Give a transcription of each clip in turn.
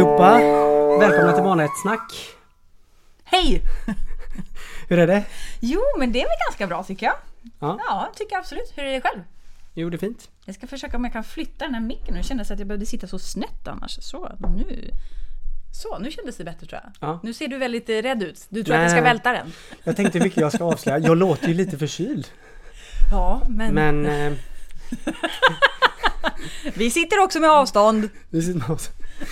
allihopa! Välkomna till Barnrättssnack. Hej! Hur är det? Jo, men det är väl ganska bra tycker jag. Ja, Ja, tycker jag absolut. Hur är det själv? jo, det är fint. Jag ska försöka om jag kan flytta den här micken. Nu kändes att jag behövde sitta så snett annars. Nu kändes det bättre tror jag. Ja. Nu ser du väldigt rädd ut. Du tror att jag ska välta den. Jag tänkte hur mycket jag ska avslöja. Jag låter ju lite förkyld. Ja, men... Vi sitter också med avstånd. Vi sitter med oss.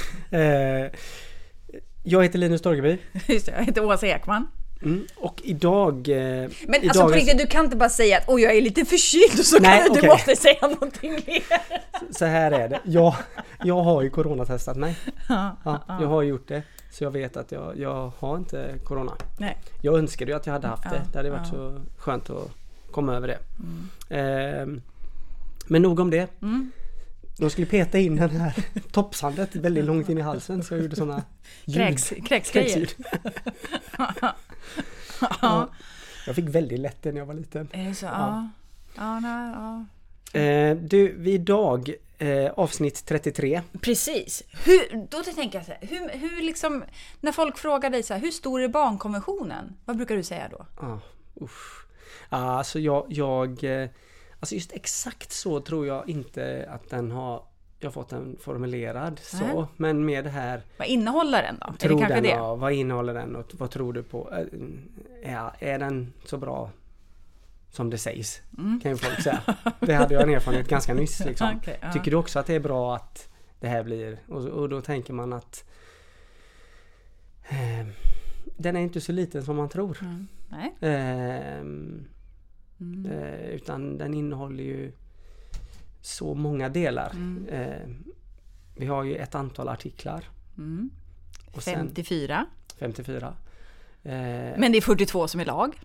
Jag heter Linus Torgeby. Just det, jag heter Åsa Ekman. Och idag... Men alltså på riktigt, du kan inte bara säga att jag är lite förkyld och så Nej, kan du okej. måste säga någonting mer. Så här är det. Jag har ju coronatestat mig. Jag har gjort det. Så jag vet att jag har inte corona. Nej. Jag önskade ju att jag hade haft det. Det hade varit så skönt att komma över det. Men nog om det. De skulle peta in den här toppsandet väldigt långt in i halsen. Så jag gjorde sådana Kräksgrejer. Ja. Jag fick väldigt lätt när jag var liten. Är det så? Ja. Du, vi idag avsnitt 33. Precis. Då tänker jag så här, hur liksom, när folk frågar dig så här, hur stor är barnkonventionen? Vad brukar du säga då? Alltså alltså just exakt så tror jag inte att jag har fått den formulerad så, men med det här. Vad innehåller den då? Är det kanske det? Vad innehåller den och vad tror du på? Är den så bra som det sägs? Kan ju folk säga. Det hade jag en erfarenhet ganska nyss liksom. Okay, ja. Tycker du också att det är bra att det här blir och då tänker man att den är inte så liten som man tror. Nej. Utan den innehåller ju så många delar. Vi har ju ett antal artiklar. Och 54. 54. Men det är 42 som är lag.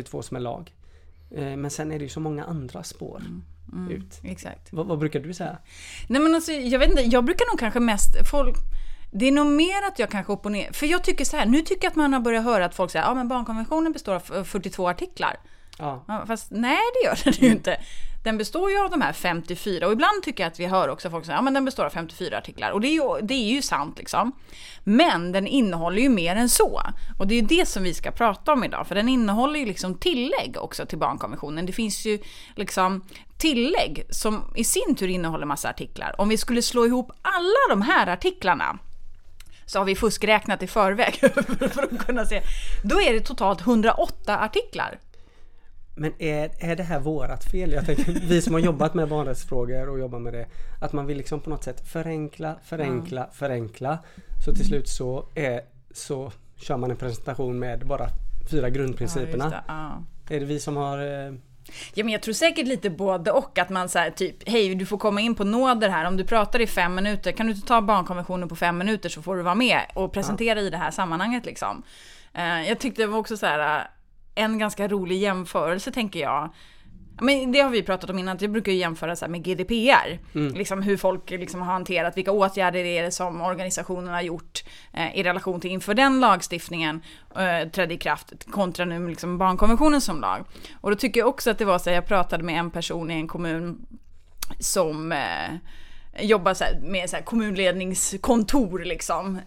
Men sen är det ju så många andra spår ut. Exakt. Vad brukar du säga? Nej men alltså, jag vet inte, jag brukar nog kanske mest det är nog mer att jag kanske opponerar. För jag tycker så här, nu tycker jag att man har börjat höra att folk säger, men barnkonventionen består av 42 artiklar. Ja, fast nej, det gör den ju inte. Den består ju av de här 54 och ibland tycker jag att vi hör också folk säga men den består av 54 artiklar och det är ju sant liksom. Men den innehåller ju mer än så och det är ju det som vi ska prata om idag för den innehåller ju liksom tillägg också till barnkonventionen. Det finns ju liksom tillägg som i sin tur innehåller massa artiklar. Om vi skulle slå ihop alla de här artiklarna så har vi fuskräknat i förväg för att kunna se. Då är det totalt 108 artiklar. Men är det här vårat fel? Jag tänker, vi som har jobbat med barnrättsfrågor och jobbar med det, att man vill liksom på något sätt förenkla. Så till slut så kör man en presentation med bara 4 grundprinciperna. Är det vi som har... Ja, men jag tror säkert lite både och att man säger typ, hej du får komma in på nåder här, om du pratar i 5 minuter, kan du inte ta barnkonventionen på 5 minuter så får du vara med och presentera i det här sammanhanget liksom. Jag tyckte det var också så här en ganska rolig jämförelse tänker jag. Men det har vi pratat om innan, att jag brukar jämföra så här med GDPR. Liksom hur folk liksom har hanterat, vilka åtgärder är det som organisationen har gjort i relation till inför den lagstiftningen trädde i kraft kontra nu liksom barnkonventionen som lag. Och då tycker jag också att det var så här, jag pratade med en person i en kommun som jobbar så här, med så här kommunledningskontor liksom.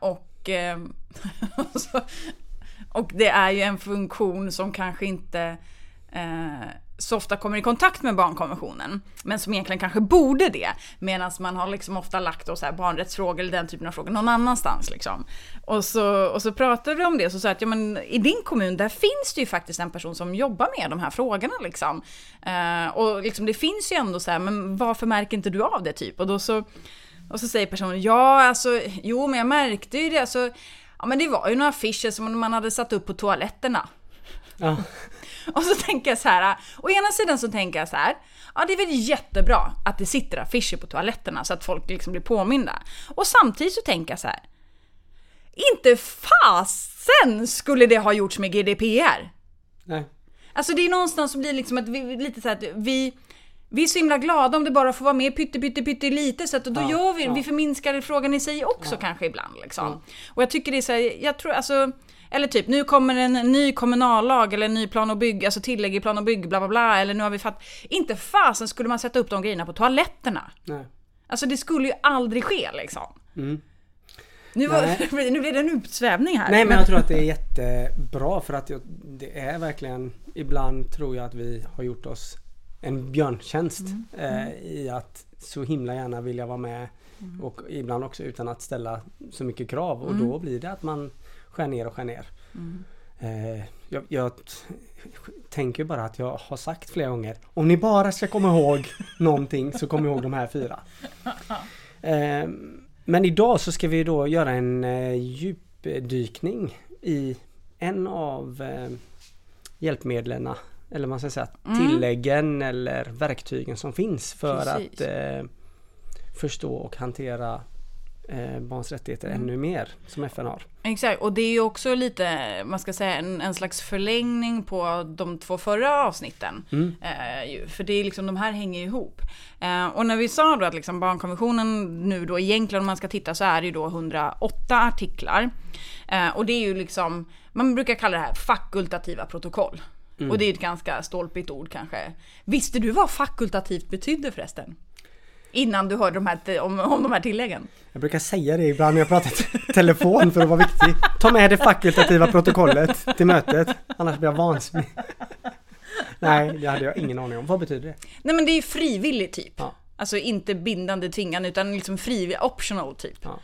Och det är ju en funktion som kanske inte så ofta kommer i kontakt med barnkonventionen, men som egentligen kanske borde det, medan man har liksom ofta lagt då så här barnrättsfrågor eller den typen av frågor någon annanstans liksom. Och så pratade vi om det och så sa att ja, men i din kommun där finns det ju faktiskt en person som jobbar med de här frågorna liksom. Och liksom det finns ju ändå så här, men varför märker inte du av det typ? Och så säger personen, men jag märkte ju det alltså. Ja, men det var ju några affischer som man hade satt upp på toaletterna. Ja. Och så tänker jag så här, å ena sidan så tänker jag så här, ja det är väl jättebra att det sitter affischer på toaletterna så att folk liksom blir påminda. Och samtidigt så tänker jag så här, inte fasen skulle det ha gjorts med GDPR. Nej. Alltså det är någonstans som blir liksom att vi lite så här, att vi är så himla glada om det bara får vara med pytte lite så att då gör vi förminskar frågan i sig också kanske ibland liksom. Och jag tycker det är så här, jag tror alltså, eller typ nu kommer en ny kommunallag eller en ny plan och bygg, alltså tillägg i plan och bygg bla bla bla, eller nu har vi inte fasen skulle man sätta upp de grejerna på toaletterna. Nej. Alltså det skulle ju aldrig ske liksom. Nu blir det en utsvävning här. Nej, men jag tror att det är jättebra för att det är verkligen, ibland tror jag att vi har gjort oss en björntjänst i att så himla gärna vilja vara med och ibland också utan att ställa så mycket krav och då blir det att man skär ner. Jag tänker bara att jag har sagt flera gånger, om ni bara ska komma ihåg någonting så kom ihåg de här 4. Men idag så ska vi då göra en djupdykning i en av hjälpmedlen, eller man ska säga tilläggen eller verktygen som finns för att förstå och hantera barns rättigheter ännu mer som FN har. Exakt, och det är ju också lite, man ska säga en slags förlängning på de 2 förra avsnitten. För det är liksom, de här hänger ihop. Och när vi sa då att liksom barnkonventionen nu då egentligen om man ska titta så är det ju då 108 artiklar. Och det är ju liksom, man brukar kalla det här fakultativa protokoll. Och det är ett ganska stolpigt ord kanske. Visste du vad fakultativt betydde förresten? Innan du hörde om de här tilläggen. Jag brukar säga det ibland när jag pratar i telefon för att vara viktig. Ta med det fakultativa protokollet till mötet. Annars blir jag vansinnig. Nej, det hade jag ingen aning om. Vad betyder det? Nej, men det är ju frivilligt typ. Ja. Alltså inte bindande tvingande utan liksom frivilligt, optional typ. Ja.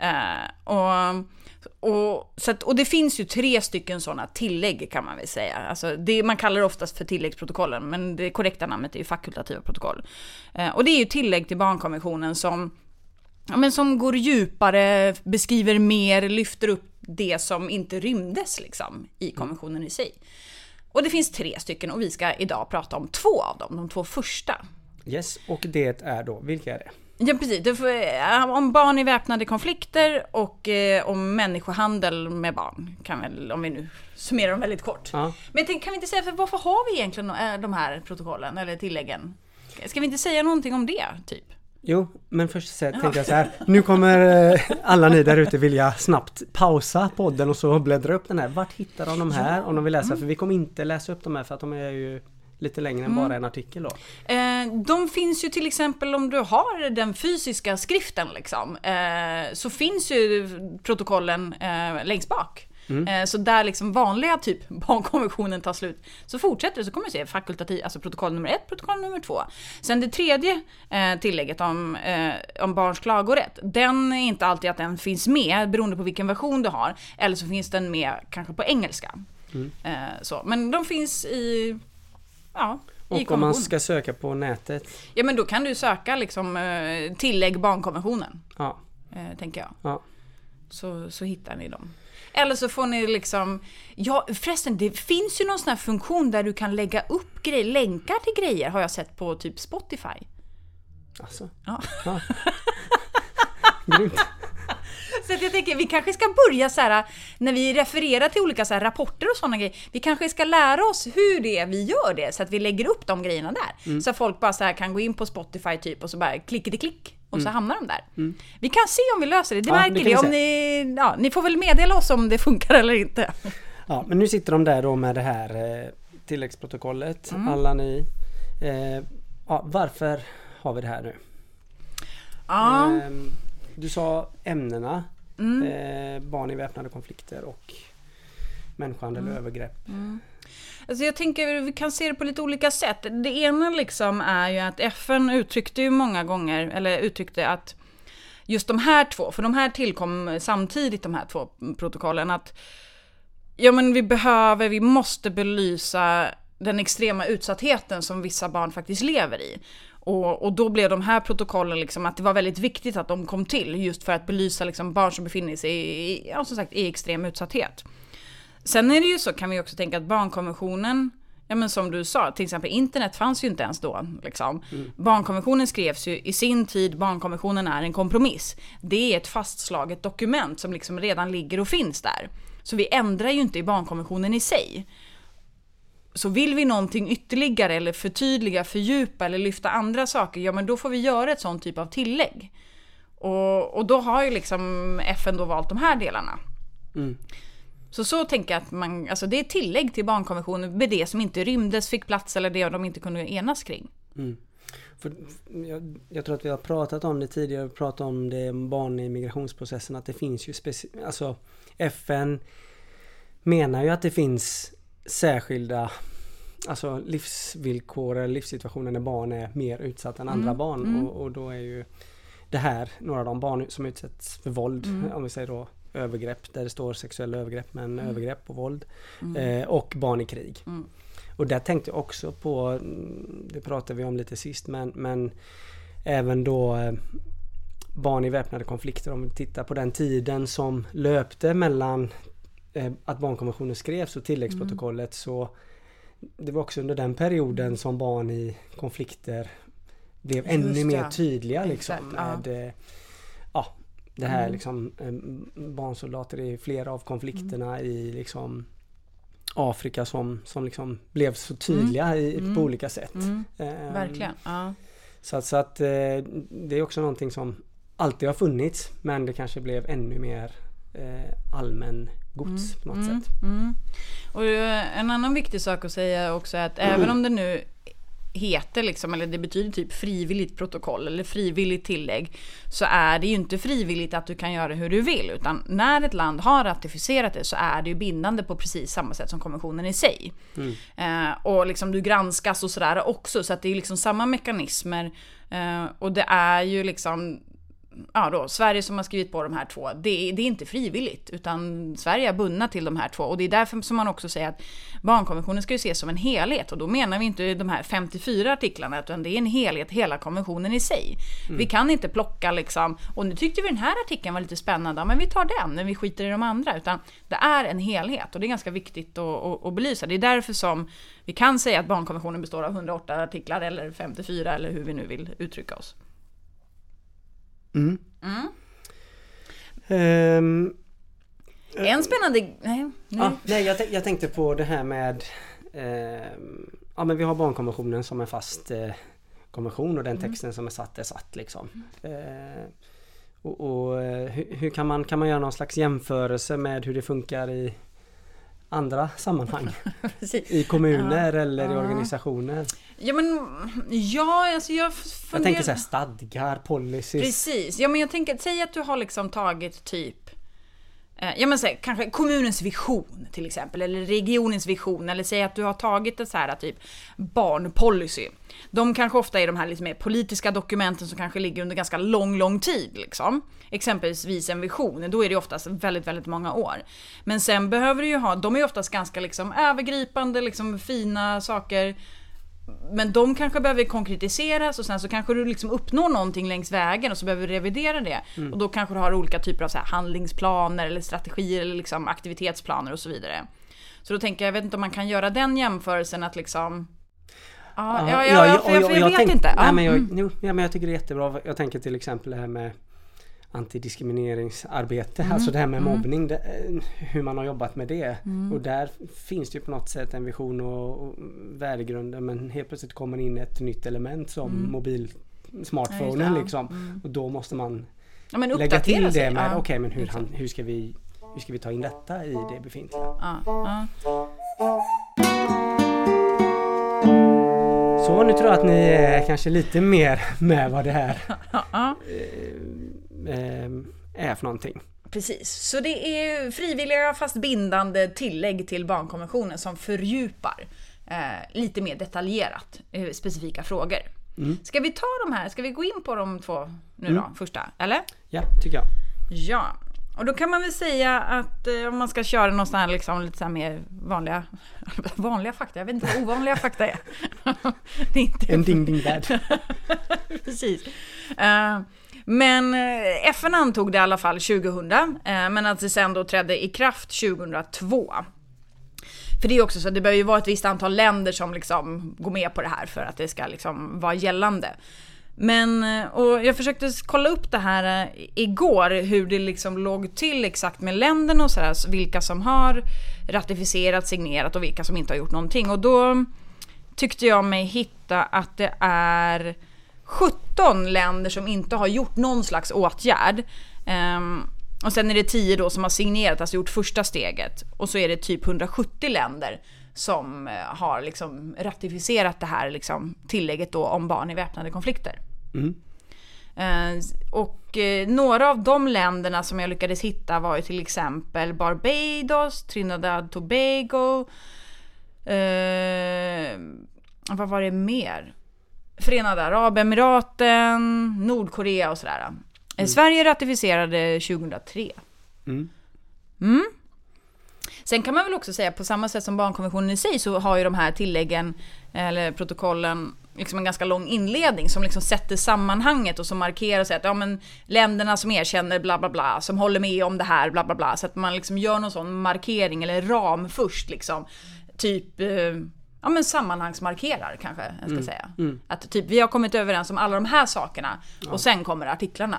Och det finns ju 3 stycken sådana tillägg kan man väl säga. Alltså man kallar det oftast för tilläggsprotokollen, men det korrekta namnet är ju fakultativa protokoll. Och det är ju tillägg till barnkonventionen som går djupare, beskriver mer, lyfter upp det som inte rymdes liksom i konventionen i sig. Och det finns 3 stycken och vi ska idag prata om 2 av dem, de 2 första. Yes, och det är då, vilka är det? Ja, precis. Om barn i väpnade konflikter och om människohandel med barn, kan väl, om vi nu summerar dem väldigt kort. Ja. Men jag tänkte, kan vi inte säga, för varför har vi egentligen de här protokollen eller tilläggen? Ska vi inte säga någonting om det, typ? Jo, men först tänkte jag så här. Nu kommer alla ni där ute vilja snabbt pausa podden och så bläddra upp den här. Vart hittar de här om de vill läsa? För vi kommer inte läsa upp de här för att de är ju lite längre än bara en artikel då. De finns ju till exempel om du har den fysiska skriften liksom, så finns ju protokollen längst bak. Så där liksom vanliga typ barnkonventionen tar slut så fortsätter det, så kommer du se fakultativ, alltså protokoll nummer 1, protokoll nummer 2. Sen det tredje tillägget om barns klagorätt, den är inte alltid att den finns med beroende på vilken version du har, eller så finns den med kanske på engelska. Så. Men de finns i och om man ska söka på nätet? Ja, men då kan du söka liksom tillägg barnkonventionen. Ja. Tänker jag. Ja. Så hittar ni dem. Eller så får ni liksom... Ja, förresten, det finns ju någon sån här funktion där du kan lägga upp länkar till grejer, har jag sett på typ Spotify. Alltså? Ja. Grymt. Så att jag tänker, vi kanske ska börja så här, när vi refererar till olika så här rapporter och sådana grejer, vi kanske ska lära oss hur det är vi gör det, så att vi lägger upp de grejerna där. Så att folk bara så här kan gå in på Spotify typ och så bara klick och så hamnar de där. Vi kan se om vi löser det. Det märker vi. Om ni får väl meddela oss om det funkar eller inte. Ja, men nu sitter de där då med det här tilläggsprotokollet. Alla ni. Varför har vi det här nu? Ja. Du sa ämnena, barn i väpnade konflikter och människohandel och övergrepp. Alltså jag tänker vi kan se det på lite olika sätt. Det ena liksom är ju att FN uttryckte ju många gånger, eller uttryckte att just de här 2, för de här tillkom samtidigt, de här 2 protokollen, att vi måste belysa den extrema utsattheten som vissa barn faktiskt lever i. Och då blev de här protokollen liksom att det var väldigt viktigt att de kom till just för att belysa liksom barn som befinner sig i extrem utsatthet. Sen är det ju så, kan vi också tänka att barnkonventionen, men som du sa, till exempel internet fanns ju inte ens då. Liksom. Barnkonventionen skrevs ju i sin tid, barnkonventionen är en kompromiss. Det är ett fastslaget dokument som liksom redan ligger och finns där. Så vi ändrar ju inte i barnkonventionen i sig. Så vill vi någonting ytterligare eller förtydliga, fördjupa eller lyfta andra saker, men då får vi göra ett sånt typ av tillägg. Och då har ju liksom FN då valt de här delarna. Så tänker jag att det är tillägg till barnkonventionen med det som inte rymdes, fick plats eller det de inte kunde enas kring. För jag tror att vi har pratat om det tidigare, pratat om det barn i migrationsprocessen, att det finns ju alltså FN menar ju att det finns särskilda alltså livsvillkor eller livssituationer när barn är mer utsatta än andra barn och då är ju det här några av de barn som utsätts för våld, om vi säger då övergrepp, där det står sexuella övergrepp, men övergrepp och våld och barn i krig. Och där tänkte jag också på, det pratade vi om lite sist, men även då barn i väpnade konflikter, om vi tittar på den tiden som löpte mellan att barnkonventionen skrevs och tilläggsprotokollet, så det var också under den perioden som barn i konflikter blev ännu mer tydliga liksom, med det här liksom barnsoldater i flera av konflikterna i liksom Afrika som liksom blev så tydliga på olika sätt. Verkligen. Så att det är också någonting som alltid har funnits, men det kanske blev ännu mer allmän gods på något sätt. Och en annan viktig sak att säga också är att även om det nu heter liksom, eller det betyder typ frivilligt protokoll eller frivilligt tillägg, så är det ju inte frivilligt att du kan göra hur du vill, utan när ett land har ratificerat det så är det ju bindande på precis samma sätt som konventionen i sig. Och liksom du granskas och sådär också, så att det är liksom samma mekanismer, och det är ju liksom Sverige som har skrivit på de här två, det är inte frivilligt, utan Sverige är bundna till de här två, och det är därför som man också säger att barnkonventionen ska ju ses som en helhet, och då menar vi inte de här 54 artiklarna, utan det är en helhet, hela konventionen i sig. Vi kan inte plocka liksom, och nu tyckte vi den här artikeln var lite spännande, men vi tar den när vi skiter i de andra, utan det är en helhet, och det är ganska viktigt att belysa. Det är därför som vi kan säga att barnkonventionen består av 108 artiklar eller 54, eller hur vi nu vill uttrycka oss. En spännande... Jag tänkte på det här med men vi har barnkonventionen som en fast konvention, och den texten som är satt liksom. Hur kan man göra någon slags jämförelse med hur det funkar i andra sammanhang? I kommuner eller i organisationer? Alltså jag tänker så här, stadgar, policies. Precis. Ja, men jag tänker, säg att du har liksom tagit typ kanske kommunens vision till exempel, eller regionens vision, eller säg att du har tagit ett så här typ barnpolicy. De kanske ofta är de här lite mer politiska dokumenten som kanske ligger under ganska lång tid liksom. Exempelvis en vision, då är det oftast väldigt, väldigt många år. Men sen behöver du ju ha, de är oftast ganska liksom övergripande, liksom fina saker. Men de kanske behöver konkretiseras, och sen så kanske du liksom uppnår någonting längs vägen, och så behöver du revidera det. Och då kanske du har olika typer av så här handlingsplaner eller strategier eller liksom aktivitetsplaner och så vidare. Så då tänker jag vet inte om man kan göra den jämförelsen att liksom... Jag vet inte. Men jag tycker det är jättebra. Jag tänker till exempel det här med antidiskrimineringsarbete, alltså det här med mobbning, hur man har jobbat med det. Och där finns det ju på något sätt en vision och värdegrunder, men helt plötsligt kommer in ett nytt element som smartphonen liksom. Och då måste man lägga till det med men hur ska vi ta in detta i det befintliga. Så nu tror jag att ni är kanske lite mer med vad det här är för någonting. Precis, så det är frivilliga fast bindande tillägg till barnkonventionen som fördjupar lite mer detaljerat specifika frågor. Ska vi ta de här, ska vi gå in på de två nu då, första, eller? Ja, tycker jag. Ja, och då kan man väl säga att om man ska köra någon sån här liksom lite så här mer vanliga fakta, jag vet inte vad ovanliga fakta är. Det är inte en ding-ding-värld. Precis. Men FN antog det i alla fall 2000, men att det sen då trädde i kraft 2002. För det är också så att det behöver ju vara ett visst antal länder som liksom går med på det här för att det ska liksom vara gällande. Men, och jag försökte kolla upp det här igår, hur det liksom låg till exakt med länderna och sådär, så vilka som har ratificerat, signerat och vilka som inte har gjort någonting. Och då tyckte jag mig hitta att det är 17 länder som inte har gjort någon slags åtgärd. Och sen är det 10 då som har signerat, alltså gjort första steget. Och så är det typ 170 länder som har liksom ratificerat det här liksom tillägget då om barn i väpnade konflikter. Och några av de länderna som jag lyckades hitta var ju till exempel Barbados, Trinidad Tobago, vad var det mer? Förenade Arabemiraten, Nordkorea och sådär. Sverige ratificerade 2003. Sen kan man väl också säga på samma sätt som barnkonventionen i sig, så har ju de här tilläggen eller protokollen liksom en ganska lång inledning som liksom sätter sammanhanget och som markerar och säger att ja, men länderna som erkänner bla bla bla, som håller med om det här bla bla bla, så att man liksom gör någon sån markering eller ram först liksom, typ ja men sammanhangsmarkerar kanske jag ska säga. Att typ vi har kommit överens om alla de här sakerna och sen kommer artiklarna.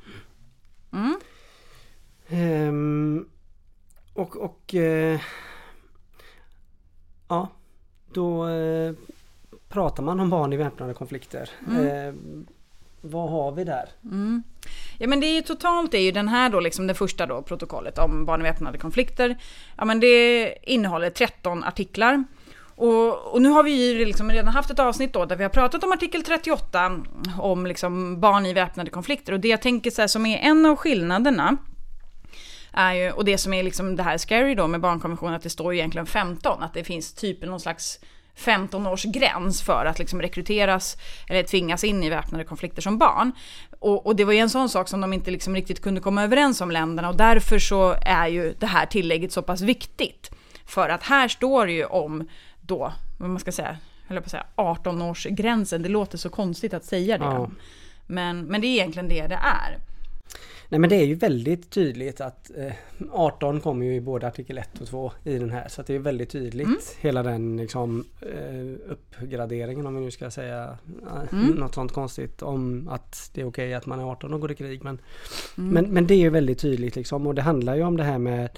Ja, då pratar man om barn i väpnade konflikter. Vad har vi där? Ja, men det är ju totalt, det är ju den här då liksom det första då protokollet om barn i väpnade konflikter. Ja, men det innehåller 13 artiklar. Och nu har vi ju liksom redan haft ett avsnitt då där vi har pratat om artikel 38 om liksom barn i väpnade konflikter, och det jag tänker så här, som är en av skillnaderna är ju, och det som är liksom det här scary då med barnkonventionen, att det står ju egentligen 15, att det finns typ någon slags 15-års gräns för att liksom rekryteras eller tvingas in i väpnade konflikter som barn. Och det var ju en sån sak som de inte liksom riktigt kunde komma överens om länderna, och därför så är ju det här tillägget så pass viktigt, för att här står det ju om då, vad man ska säga, eller på att säga 18-årsgränsen. Det låter så konstigt att säga det. Ja. Men det är egentligen det är. Nej, men det är ju väldigt tydligt att 18 kommer ju i både artikel 1 och 2 i den här, så att det är väldigt tydligt hela den liksom, uppgraderingen, om vi nu ska säga något sånt konstigt, om att det är okej att man är 18 och går i krig, men det är ju väldigt tydligt liksom, och det handlar ju om det här med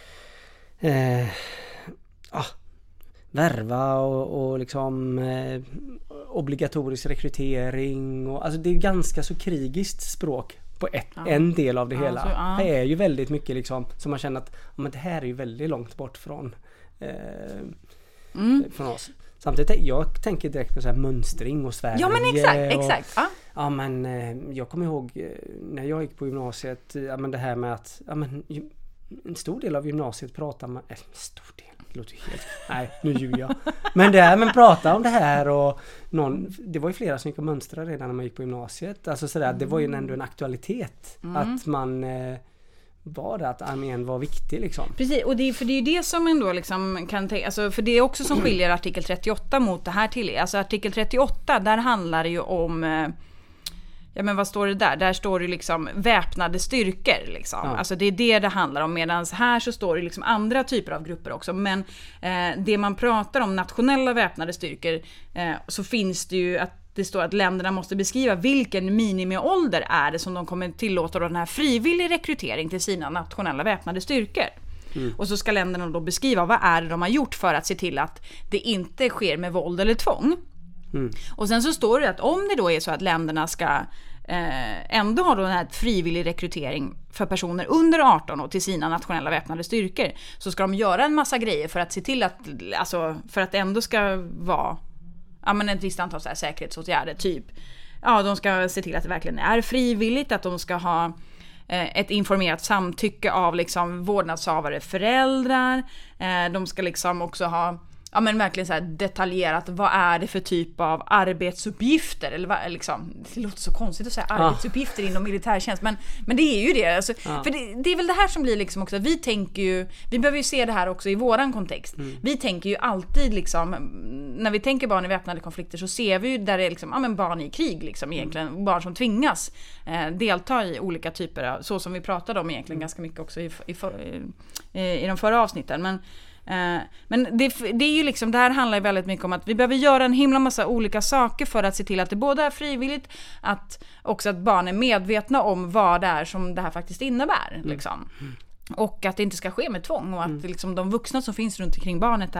värva och liksom obligatorisk rekrytering, och alltså det är ganska så krigiskt språk på en del av det hela. Alltså, det är ju väldigt mycket liksom som man känner att men det här är ju väldigt långt bort från oss. Samtidigt jag tänker direkt på så här mönstring och Sverige. Ja, men exakt. Ja, men jag kommer ihåg när jag gick på gymnasiet, ja, men det här med att ja, men en stor del av gymnasiet pratar man stor del. Det låter helt... Nej, nu ljuger jag. Men prata om det här, och det var ju flera som gick och mönstrade redan när man gick på gymnasiet. Alltså sådär, det var ju ändå en aktualitet att man var det, att armén var viktig liksom. Precis, och det är ju det som ändå liksom kan alltså, för det är också som skiljer artikel 38 mot det här till. Alltså artikel 38, där handlar det ju om ja, men vad står det där? Där står det liksom väpnade styrkor liksom. Ja. Alltså det är det handlar om, medan här så står det liksom andra typer av grupper också. Men det man pratar om, nationella väpnade styrkor, så finns det ju att det står att länderna måste beskriva vilken minimiålder är det som de kommer tillåta då den här frivillig rekrytering till sina nationella väpnade styrkor. Och så ska länderna då beskriva vad är det de har gjort för att se till att det inte sker med våld eller tvång. Och sen så står det att om det då är så att länderna ska ändå ha då den här frivillig rekrytering för personer under 18 och till sina nationella väpnade styrkor, så ska de göra en massa grejer för att se till att, alltså, för att det ändå ska vara men ett visst antal så här säkerhetsåtgärder, typ de ska se till att det verkligen är frivilligt, att de ska ha ett informerat samtycke av liksom vårdnadshavare, föräldrar, de ska liksom också ha men verkligen så här detaljerat, vad är det för typ av arbetsuppgifter, eller vad, liksom, det låter så konstigt att säga arbetsuppgifter inom militärtjänst, men det är ju det alltså, för det är väl det här som blir liksom också, vi tänker ju, vi behöver ju se det här också i våran kontext. Vi tänker ju alltid liksom, när vi tänker barn i väpnade konflikter, så ser vi ju där det är liksom, barn i krig liksom, egentligen barn som tvingas delta i olika typer av, så som vi pratade om egentligen ganska mycket också i de förra avsnitten, men det är ju liksom, det här handlar ju väldigt mycket om att vi behöver göra en himla massa olika saker för att se till att det både är frivilligt, att också att barn är medvetna om vad det är som det här faktiskt innebär liksom. Och att det inte ska ske med tvång, och att liksom de vuxna som finns runt omkring barnet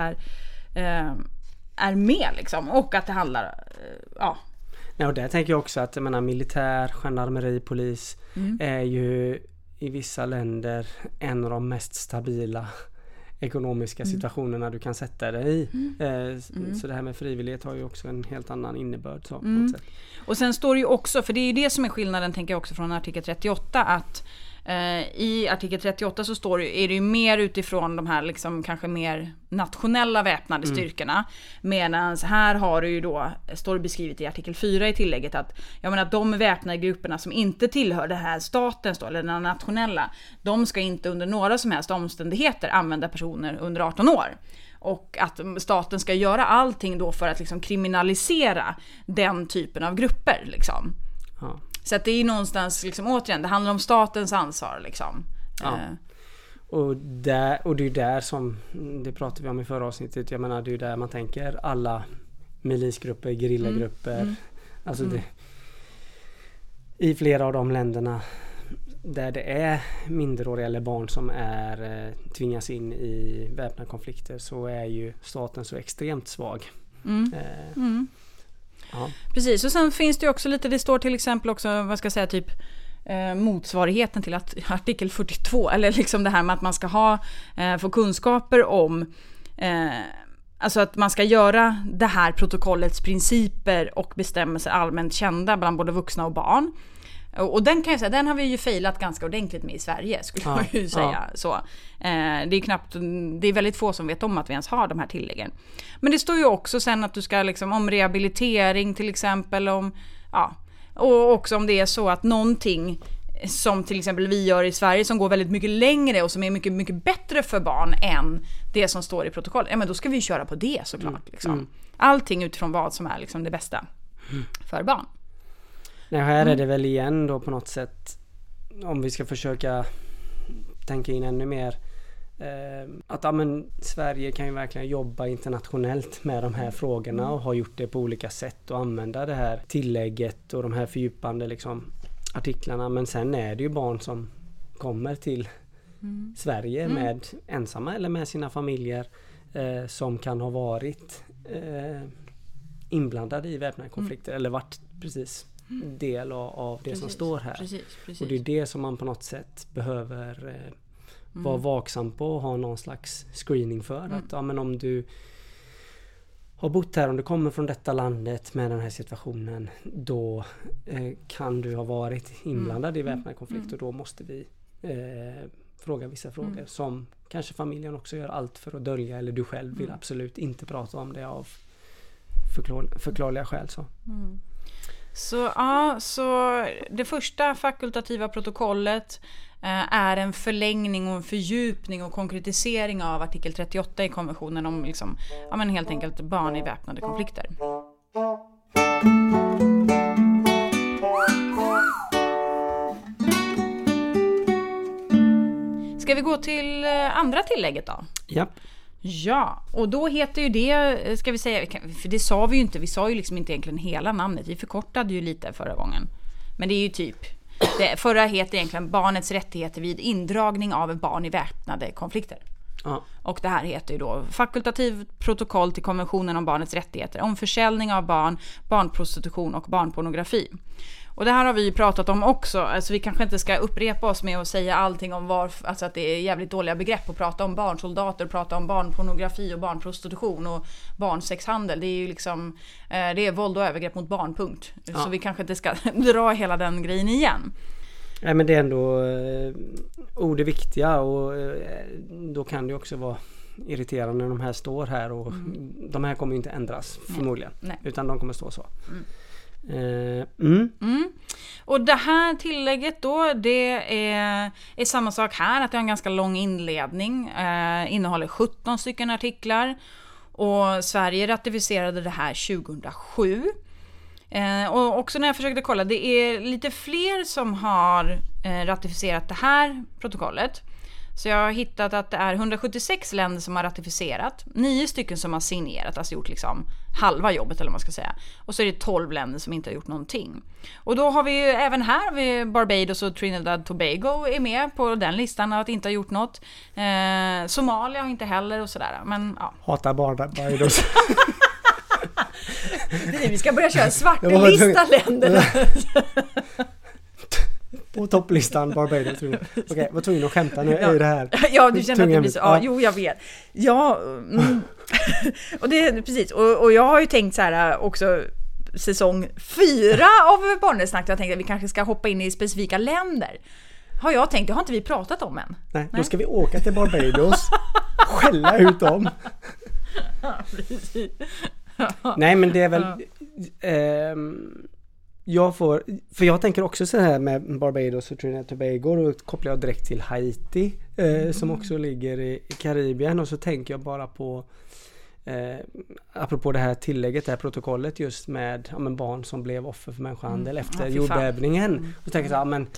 är med liksom, och att det handlar Ja, och där tänker jag också att jag menar, militär, gendarmeri, polis är ju i vissa länder en av de mest stabila ekonomiska situationerna du kan sätta dig i. Så det här med frivillighet har ju också en helt annan innebörd. Så, på något sätt. Och sen står det ju också, för det är ju det som är skillnaden tänker jag också från artikel 38, att i artikel 38 så är det ju mer utifrån de här liksom kanske mer nationella väpnade styrkorna, medan här har du ju då, står det beskrivet i artikel 4 i tillägget att jag menar att de väpnade grupperna som inte tillhör det här statens då, eller den nationella, de ska inte under några som helst omständigheter använda personer under 18 år. Och att staten ska göra allting då för att liksom kriminalisera den typen av grupper liksom. Ja. Så att det är ju någonstans liksom, återigen, det handlar om statens ansvar liksom. Ja. Och det är ju där som, det pratade vi om i förra avsnittet, jag menar det är ju där man tänker alla milisgrupper, gerillagrupper, alltså det, i flera av de länderna där det är minderåriga eller barn som tvingas in i väpnade konflikter, så är ju staten så extremt svag. Ja. Precis, och sen finns det ju också lite, det står till exempel också, vad ska jag säga, typ motsvarigheten till artikel 42, eller liksom det här med att man ska få kunskaper om alltså att man ska göra det här protokollets principer och bestämmelser allmänt kända bland både vuxna och barn. Och den kan jag säga, den har vi ju failat ganska ordentligt med i Sverige, skulle man ju säga. Så, det är väldigt få som vet om att vi ens har de här tilläggen. Men det står ju också sen att du ska liksom, om rehabilitering till exempel, och också om det är så att någonting som till exempel vi gör i Sverige som går väldigt mycket längre och som är mycket, mycket bättre för barn än det som står i protokollet, ja men då ska vi köra på det såklart. Liksom. Allting utifrån vad som är liksom det bästa för barn. Nej, här är det väl igen då på något sätt, om vi ska försöka tänka in ännu mer, att Sverige kan ju verkligen jobba internationellt med de här frågorna och har gjort det på olika sätt och använda det här tillägget och de här fördjupande liksom, artiklarna. Men sen är det ju barn som kommer till Sverige med ensamma eller med sina familjer som kan ha varit inblandade i väpnade konflikter eller varit precis del av det som står här. Precis. Och det är det som man på något sätt behöver vara vaksam på och ha någon slags screening för. Att men om du har bott här, om du kommer från detta landet med den här situationen, då kan du ha varit inblandad i väpnade konflikter och då måste vi fråga vissa frågor som kanske familjen också gör allt för att dölja, eller du själv vill absolut inte prata om det av förklarliga skäl. Så det första fakultativa protokollet är en förlängning och en fördjupning och konkretisering av artikel 38 i konventionen om liksom, helt enkelt barn i väpnade konflikter. Ska vi gå till andra tillägget då? Ja. Ja, och då heter ju det, ska vi säga, för det sa vi ju inte, vi sa ju liksom inte egentligen hela namnet, vi förkortade ju lite förra gången. Men det är ju typ, förra heter egentligen barnets rättigheter vid indragning av barn i väpnade konflikter. Ja. Och det här heter ju då fakultativt protokoll till konventionen om barnets rättigheter, om försäljning av barn, barnprostitution och barnpornografi. Och det här har vi ju pratat om också, alltså vi kanske inte ska upprepa oss med att säga allting om alltså att det är jävligt dåliga begrepp att prata om barnsoldater, prata om barnpornografi och barnprostitution och barnsexhandel. Det är ju liksom, det är våld och övergrepp mot barn, punkt. Ja. Så vi kanske inte ska dra hela den grejen igen. Nej, men det är ändå ord är viktiga, och då kan det också vara irriterande när de här står här och de här kommer ju inte ändras förmodligen. Nej. Utan de kommer stå så. Och det här tillägget då, det är samma sak här, att det är en ganska lång inledning, innehåller 17 stycken artiklar, och Sverige ratificerade det här 2007. Och också när jag försökte kolla, det är lite fler som har ratificerat det här protokollet. Så jag har hittat att det är 176 länder som har ratificerat, 9 stycken som har signerat, alltså gjort liksom halva jobbet eller vad man ska säga. Och så är det 12 länder som inte har gjort någonting. Och då har vi ju även här, Barbados och Trinidad Tobago är med på den listan att inte ha gjort något. Somalia har inte heller och sådär. Men ja. Hatar Barbados. Vi ska börja köra svartlista länderna. topplistan Barbados. Okej, vad tvungen att skämta nu är det här. Ja, du känner att det blir så. Ja, jo, jag vet. Ja, och det är precis. Och jag har ju tänkt så här också säsong 4 av Barnesnack. Jag tänkte att vi kanske ska hoppa in i specifika länder. Har jag tänkt, det har inte vi pratat om än. Nej. Då ska vi åka till Barbados, skälla ut dem. Ja, precis. Nej, men det är väl jag tänker också så här med Barbados och Trinidad och Tobago, och kopplar jag direkt till Haiti som också ligger i Karibien, och så tänker jag bara på apropå det här tillägget, det här protokollet just med barn som blev offer för människohandel efter jordbävningen. Och tänker så här,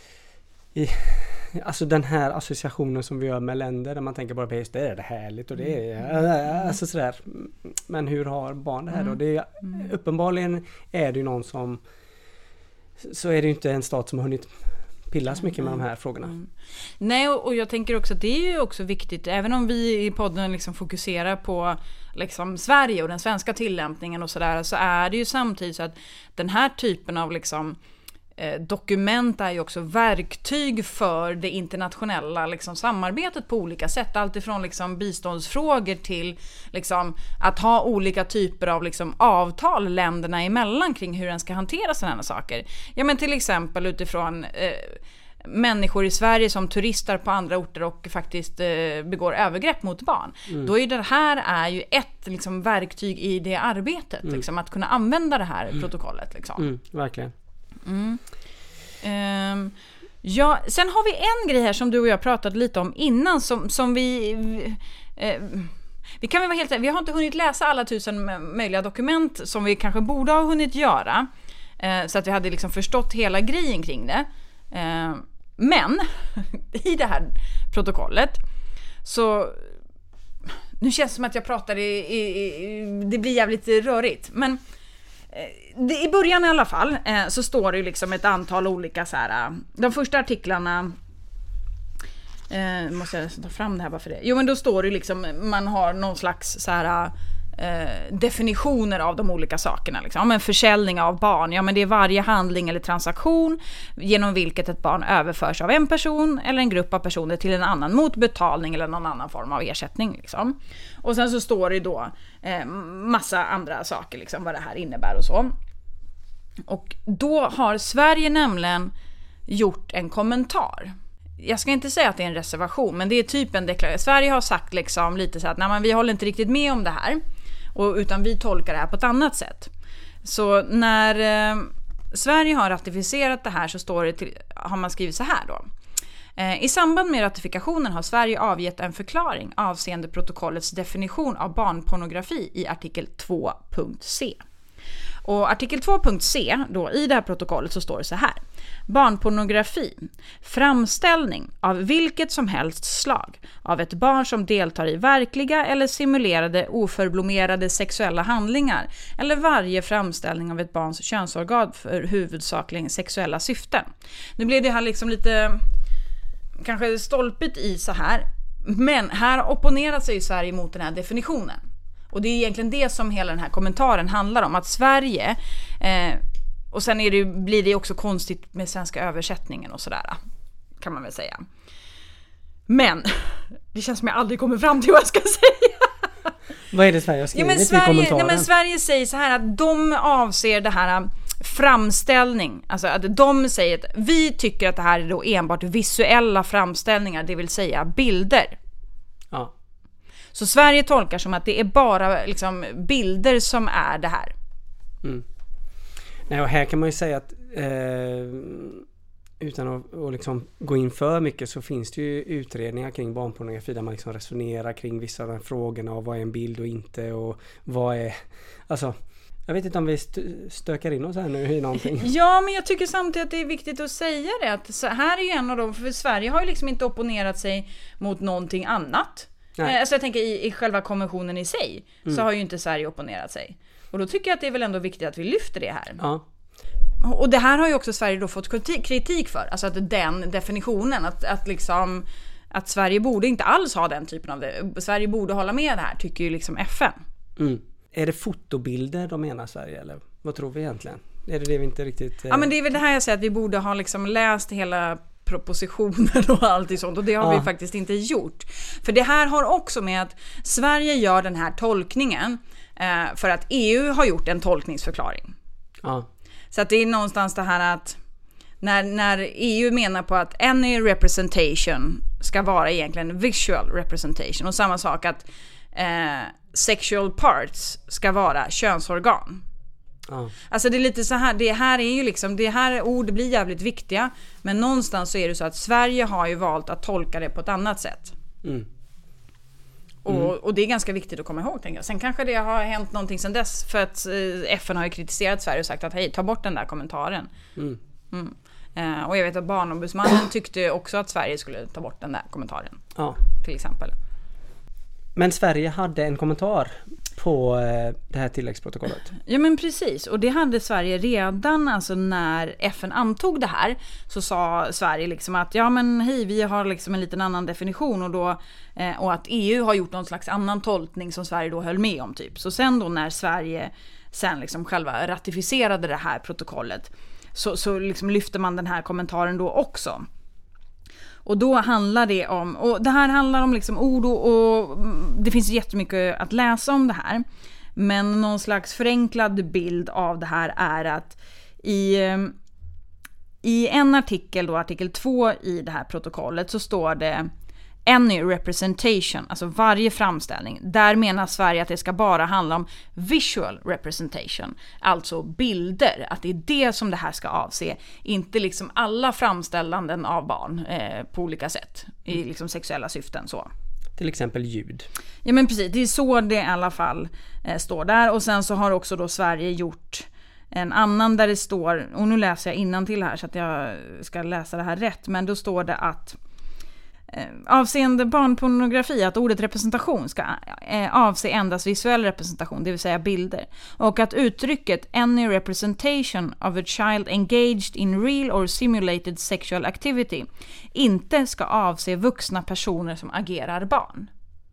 alltså den här associationen som vi gör med länder där man tänker bara på det är det härligt och det är alltså sådär. Men hur har barn det här då? Det är, uppenbarligen är det ju någon som, så är det ju inte en stat som har hunnit pillas mycket med de här frågorna. Nej, och jag tänker också att det är ju också viktigt, även om vi i podden liksom fokuserar på liksom Sverige och den svenska tillämpningen och sådär, så är det ju samtidigt så att den här typen av liksom dokument är ju också verktyg för det internationella liksom samarbetet på olika sätt. Allt ifrån liksom biståndsfrågor till liksom att ha olika typer av liksom avtal länderna emellan kring hur den ska hantera sådana här saker. Ja, men till exempel utifrån människor i Sverige som turistar på andra orter och faktiskt begår övergrepp mot barn. Då är det här är ju ett liksom verktyg i det arbetet, liksom, att kunna använda det här protokollet. Liksom. Verkligen. Ja, sen har vi en grej här som du och jag pratat lite om innan som vi kan väl vara helt, vi har inte hunnit läsa alla 1000 möjliga dokument som vi kanske borde ha hunnit göra, så att vi hade liksom förstått hela grejen kring det. Men i det här protokollet så nu känns det som att jag pratar det blir jävligt rörigt, men i början i alla fall så står det ju liksom ett antal olika så här, de första artiklarna måste jag ta fram det här bara för det. Jo, men då står det liksom, man har någon slags så här definitioner av de olika sakerna liksom. Men försäljning av barn, ja men det är varje handling eller transaktion genom vilket ett barn överförs av en person eller en grupp av personer till en annan mot betalning eller någon annan form av ersättning liksom. Och sen så står det då massa andra saker liksom, vad det här innebär och så. Och då har Sverige nämligen gjort en kommentar. Jag ska inte säga att det är en reservation, men det är typ en deklaration. Sverige har sagt liksom lite så att nej, men vi håller inte riktigt med om det här, utan vi tolkar det här på ett annat sätt. Så när Sverige har ratificerat det här så står det har man skrivit så här då. I samband med ratifikationen har Sverige avgett en förklaring avseende protokollets definition av barnpornografi i artikel 2.c. Och artikel 2.c då i det här protokollet så står det så här: barnpornografi, framställning av vilket som helst slag av ett barn som deltar i verkliga eller simulerade oförblommerade sexuella handlingar eller varje framställning av ett barns könsorgan för huvudsakligen sexuella syften. Nu blev det här liksom lite kanske stolpigt i så här, men här opponerar sig Sverige mot den här definitionen. Och det är egentligen det som hela den här kommentaren handlar om. Att Sverige, och sen blir det också konstigt med svenska översättningen och sådär, kan man väl säga. Men det känns som jag aldrig kommer fram till vad jag ska säga. Vad är det Sverige har skrivit i kommentaren? Men Sverige säger så här att de avser det här framställning. Alltså att de säger att vi tycker att det här är då enbart visuella framställningar, det vill säga bilder. Ja. Så Sverige tolkar som att det är bara liksom bilder som är det här. Nej, och här kan man ju säga att utan att liksom gå in för mycket så finns det ju utredningar kring barnpornografi där man liksom resonerar kring vissa av de frågorna och vad är en bild och inte och vad är, alltså jag vet inte om vi stökar in oss här nu i någonting. Ja, men jag tycker samtidigt att det är viktigt att säga det, att så här är ju en av dem, för Sverige har ju liksom inte opponerat sig mot någonting annat. Alltså jag tänker i själva konventionen i sig så har ju inte Sverige opponerat sig. Och då tycker jag att det är väl ändå viktigt att vi lyfter det här. Ja. Och det här har ju också Sverige då fått kritik för. Alltså att den definitionen att liksom att Sverige borde inte alls ha den typen av det. Sverige borde hålla med det här, tycker ju liksom FN. Är det fotobilder de menar Sverige eller vad tror vi egentligen? Är det vi inte riktigt... Ja, men det är väl det här jag säger att vi borde ha liksom läst hela propositionen och allt sånt, och det har vi faktiskt inte gjort. För det här har också med att Sverige gör den här tolkningen för att EU har gjort en tolkningsförklaring. Ja. Så att det är någonstans det här att när EU menar på att any representation ska vara egentligen visual representation, och samma sak att sexual parts ska vara könsorgan. Alltså det är lite så här, det här är ju liksom, det här ord blir jävligt viktiga, men någonstans så är det så att Sverige har ju valt att tolka det på ett annat sätt. Och det är ganska viktigt att komma ihåg, tänker jag. Sen kanske det har hänt någonting sedan dess, för att FN har ju kritiserat Sverige och sagt att hej, ta bort den där kommentaren. Och jag vet att Barnombudsmannen tyckte också att Sverige skulle ta bort den där kommentaren. Till exempel. Men Sverige hade en kommentar på det här tilläggsprotokollet. Ja, men precis. Och det hade Sverige redan, alltså när FN antog det här, så sa Sverige liksom att ja men hej, vi har liksom en liten annan definition, och då och att EU har gjort någon slags annan tolkning som Sverige då höll med om typ. Så sen då när Sverige sen liksom själva ratificerade det här protokollet, så liksom lyfter man den här kommentaren då också. Och då handlar det om, och det här handlar om liksom ord och det finns jättemycket att läsa om det här. Men någon slags förenklad bild av det här är att i en artikel då, artikel 2 i det här protokollet, så står det any representation, alltså varje framställning. Där menar Sverige att det ska bara handla om visual representation, alltså bilder, att det är det som det här ska avse, inte liksom alla framställanden av barn på olika sätt i liksom sexuella syften så. Till exempel ljud. Ja, men precis, det är så det i alla fall står där. Och sen så har också då Sverige gjort en annan där det står, och nu läser jag innantill här så att jag ska läsa det här rätt, men då står det att avseende barnpornografi, att ordet representation ska avse endast visuell representation, det vill säga bilder, och att uttrycket any representation of a child engaged in real or simulated sexual activity inte ska avse vuxna personer som agerar barn.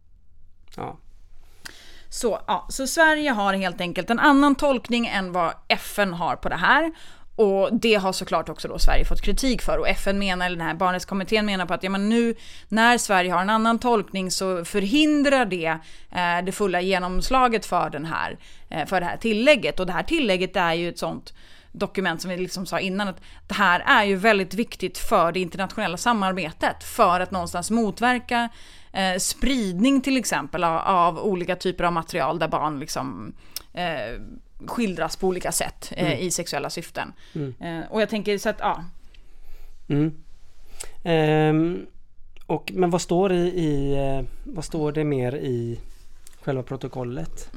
Så Sverige har helt enkelt en annan tolkning än vad FN har på det här. Och det har såklart också då Sverige fått kritik för. Och FN menar, eller den här barnrättskommittén menar på att ja, men nu när Sverige har en annan tolkning så förhindrar det det fulla genomslaget för det här tillägget. Och det här tillägget är ju ett sånt dokument som vi liksom sa innan, att det här är ju väldigt viktigt för det internationella samarbetet, för att någonstans motverka spridning till exempel av olika typer av material där barn liksom skildras på olika sätt i sexuella syften. Och jag tänker så att men vad står vad står det mer i själva protokollet?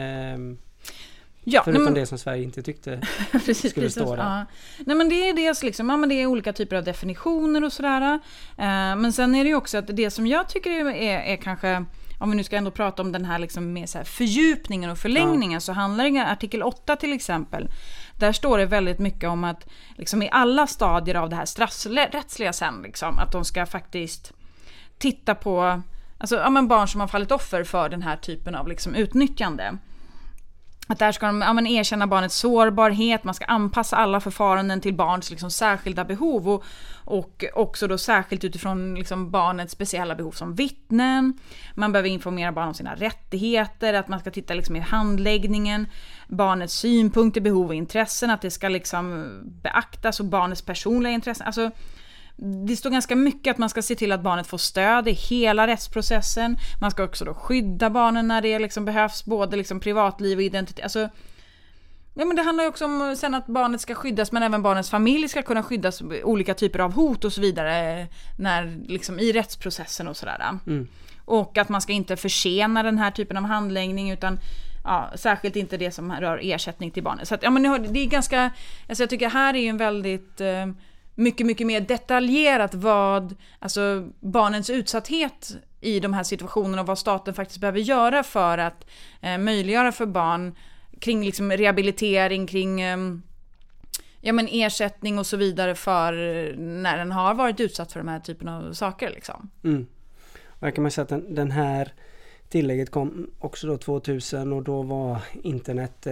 Förutom det som Sverige inte tyckte skulle stå där. Nej, men det är dels liksom, men det är olika typer av definitioner och sådär. Men sen är det ju också att det som jag tycker är kanske, om vi nu ska ändå prata om den här liksom med så här fördjupningen och förlängningen, så handlar det artikel 8 till exempel. Där står det väldigt mycket om att liksom i alla stadier av det här straffrättsliga sen liksom, att de ska faktiskt titta på alltså, barn som har fallit offer för den här typen av liksom utnyttjande. Att där ska de erkänna barnets sårbarhet, man ska anpassa alla förfaranden till barns liksom särskilda behov och också då särskilt utifrån liksom barnets speciella behov som vittnen. Man behöver informera barn om sina rättigheter, att man ska titta liksom i handläggningen, barnets synpunkter, behov och intressen, att det ska liksom beaktas, och barnets personliga intressen. Alltså det står ganska mycket att man ska se till att barnet får stöd i hela rättsprocessen. Man ska också då skydda barnen när det liksom behövs, både liksom privatliv och identitet. Alltså, ja, men det handlar ju också om sen att barnet ska skyddas, men även barnets familj ska kunna skyddas olika typer av hot och så vidare när, liksom, i rättsprocessen och sådär. Och att man ska inte försena den här typen av handläggning, utan särskilt inte det som rör ersättning till barnet. Så att, det är ganska, alltså jag tycker här är ju en väldigt mycket, mycket mer detaljerat alltså barnens utsatthet i de här situationerna och vad staten faktiskt behöver göra för att möjliggöra för barn kring liksom rehabilitering, kring ersättning och så vidare för när den har varit utsatt för de här typen av saker liksom. Och kan man säga att den här tillägget kom också då 2000 och då var internet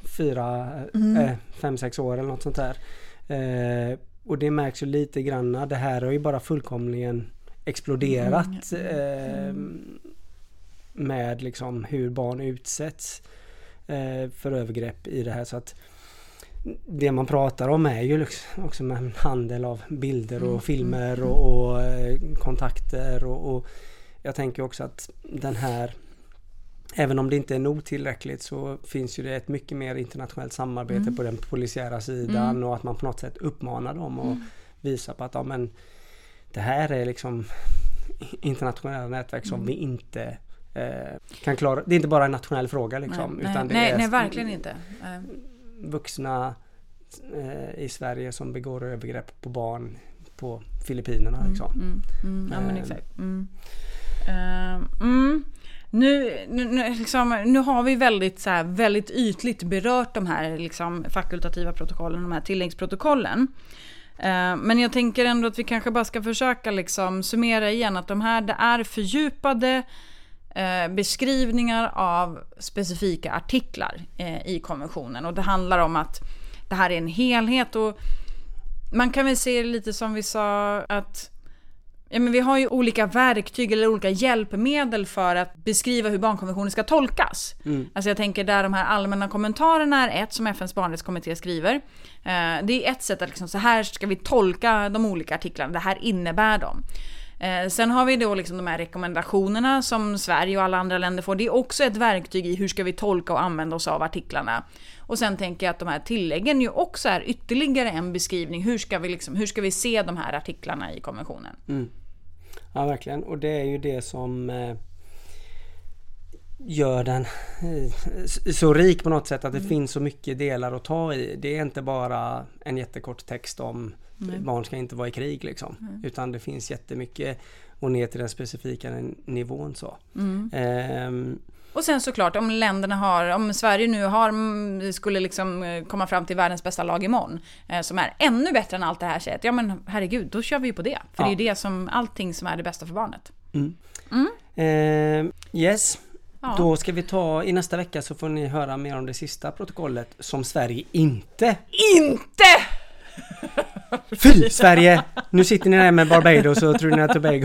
5-6 år eller något sånt där. Och det märks ju lite grann. Det här har ju bara fullkomligen exploderat med liksom hur barn utsätts för övergrepp i det här. Så att det man pratar om är ju liksom också med handel av bilder och filmer och kontakter och jag tänker också att den här, även om det inte är nog tillräckligt, så finns ju det ett mycket mer internationellt samarbete på den polisiära sidan och att man på något sätt uppmanar dem och visar på att ja, men det här är liksom internationella nätverk som vi inte kan klara. Det är inte bara en nationell fråga liksom, utan det är verkligen inte. Vuxna i Sverige som begår övergrepp på barn på Filippinerna liksom. Ja, men exakt. Nu har vi väldigt ytligt berört de här liksom fakultativa protokollen, de här tilläggsprotokollen. Men jag tänker ändå att vi kanske bara ska försöka liksom summera igen att de här, det är fördjupade beskrivningar av specifika artiklar i konventionen, och det handlar om att det här är en helhet, och man kan väl se det lite som vi sa att men vi har ju olika verktyg eller olika hjälpmedel för att beskriva hur barnkonventionen ska tolkas. Alltså jag tänker där de här allmänna kommentarerna är ett som FNs barnrättskommitté skriver. Det är ett sätt att liksom, så här ska vi tolka de olika artiklarna, det här innebär de. Sen har vi då liksom de här rekommendationerna som Sverige och alla andra länder får. Det är också ett verktyg i hur ska vi tolka och använda oss av artiklarna. Och sen tänker jag att de här tilläggen ju också är ytterligare en beskrivning. Hur ska vi se de här artiklarna i konventionen? Ja, verkligen. Och det är ju det som gör den så rik på något sätt, att det finns så mycket delar att ta i. Det är inte bara en jättekort text om barn ska inte vara i krig liksom. Utan det finns jättemycket och ner till den specifika nivån så. Och sen såklart om Sverige nu skulle liksom komma fram till världens bästa lag imorgon, som är ännu bättre än allt det här sättet. Ja men herregud, då kör vi ju på det. För det är ju det som, allting som är det bästa för barnet. Yes. Ja. Då ska vi ta, i nästa vecka så får ni höra mer om det sista protokollet som Sverige inte! Fy Sverige! Nu sitter ni där med Barbados och tror ni att Tobago.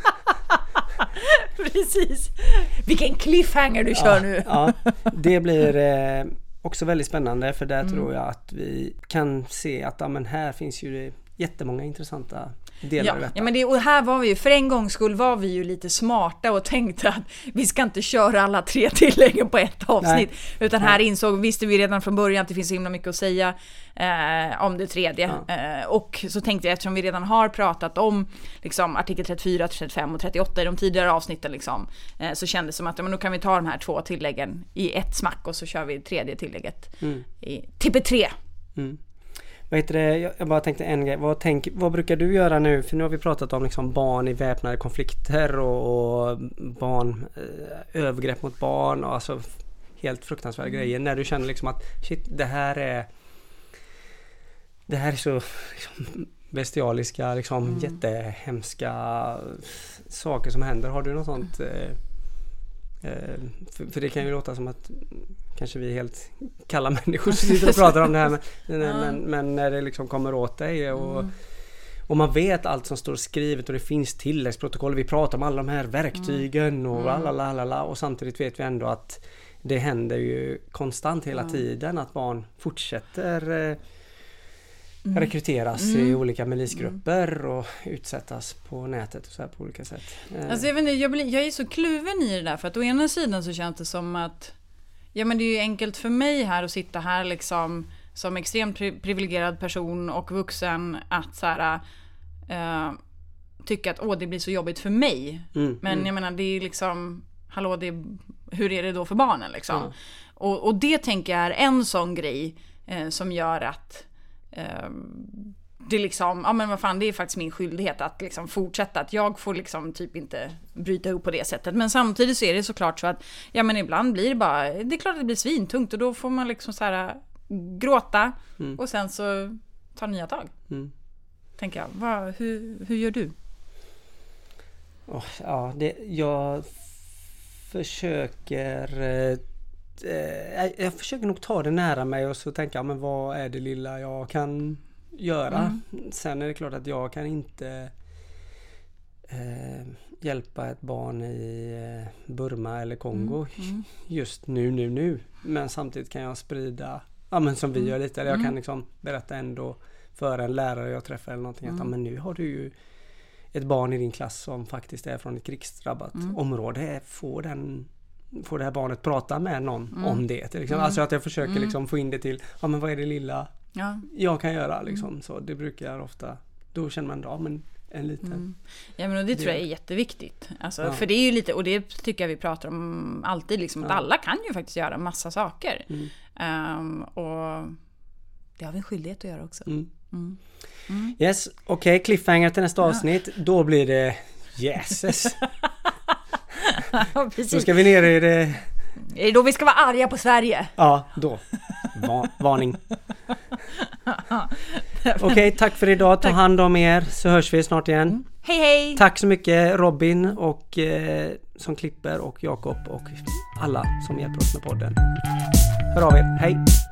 Precis. Vilken cliffhanger du kör nu. Ja, det blir också väldigt spännande, för där tror jag att vi kan se att men här finns ju jättemånga intressanta delar i detta. Ja, men och här var vi ju, för en gångs skull var vi ju lite smarta och tänkte att vi ska inte köra alla 3 tilläggen på ett avsnitt. Nej. Utan här visste vi redan från början att det finns så himla mycket att säga om det tredje. Och så tänkte jag, eftersom vi redan har pratat om liksom, artikel 34, 35 och 38 i de tidigare avsnitten liksom, så kändes det som att då kan vi ta de här 2 tilläggen i ett smack och så kör vi det 3:e tillägget i tippe 3. Vad heter det? Jag bara tänkte en grej. Vad brukar du göra nu? För nu har vi pratat om liksom barn i väpnade konflikter och barn, övergrepp mot barn och alltså helt fruktansvärda grejer. När du känner liksom att shit, det här är så liksom, bestialiska, liksom jättehemska saker som händer. Har du något sånt? För det kan ju låta som att kanske vi är helt kalla människor som sitter och pratar om det här, men när det liksom kommer åt dig och man vet allt som står skrivet och det finns tilläggsprotokoll, vi pratar om alla de här verktygen och och samtidigt vet vi ändå att det händer ju konstant hela tiden att barn fortsätter rekryteras i olika milisgrupper och utsättas på nätet och så här på olika sätt. Alltså jag är så kluven i det där, för att å ena sidan så känns det som att men det är ju enkelt för mig här att sitta här liksom som extremt privilegierad person och vuxen att så här, tycka att det blir så jobbigt för mig. Men jag menar, det är liksom hur är det då för barnen liksom? Och det tänker jag är en sån grej som gör att det liksom, men vad fan, det är faktiskt min skyldighet att liksom fortsätta, att jag får liksom typ inte bryta upp på det sättet, men samtidigt så är det såklart så att men ibland blir det bara, det är klart att det blir svintungt och då får man liksom så här gråta och sen så ta nya tag. Tänker jag, hur gör du? Jag försöker nog ta det nära mig och så tänka, men vad är det lilla jag kan göra? Sen är det klart att jag kan inte hjälpa ett barn i Burma eller Kongo just nu. Men samtidigt kan jag sprida, men som vi gör lite, jag kan liksom berätta ändå för en lärare jag träffar eller någonting att men nu har du ju ett barn i din klass som faktiskt är från ett krigsdrabbat område. Får det här barnet prata med någon om det till exempel. Alltså att jag försöker liksom få in det till, men vad är det lilla jag kan göra liksom. Så det brukar ofta, då känner man men en liten. Ja, men och det tror jag är jätteviktigt. Alltså, för det är ju lite, och det tycker jag vi pratar om alltid liksom, att alla kan ju faktiskt göra massa saker. Och det har vi en skyldighet att göra också. Yes, okej, cliffhanger till nästa avsnitt. Då blir det Jesus. Då ska vi ner i det. Är det då vi ska vara arga på Sverige? Ja, då. Varning. Okej, tack för idag. Ta hand om er så hörs vi snart igen. Hej hej! Tack så mycket Robin och som klipper och Jakob och alla som hjälper oss med podden. Hör av er. Hej!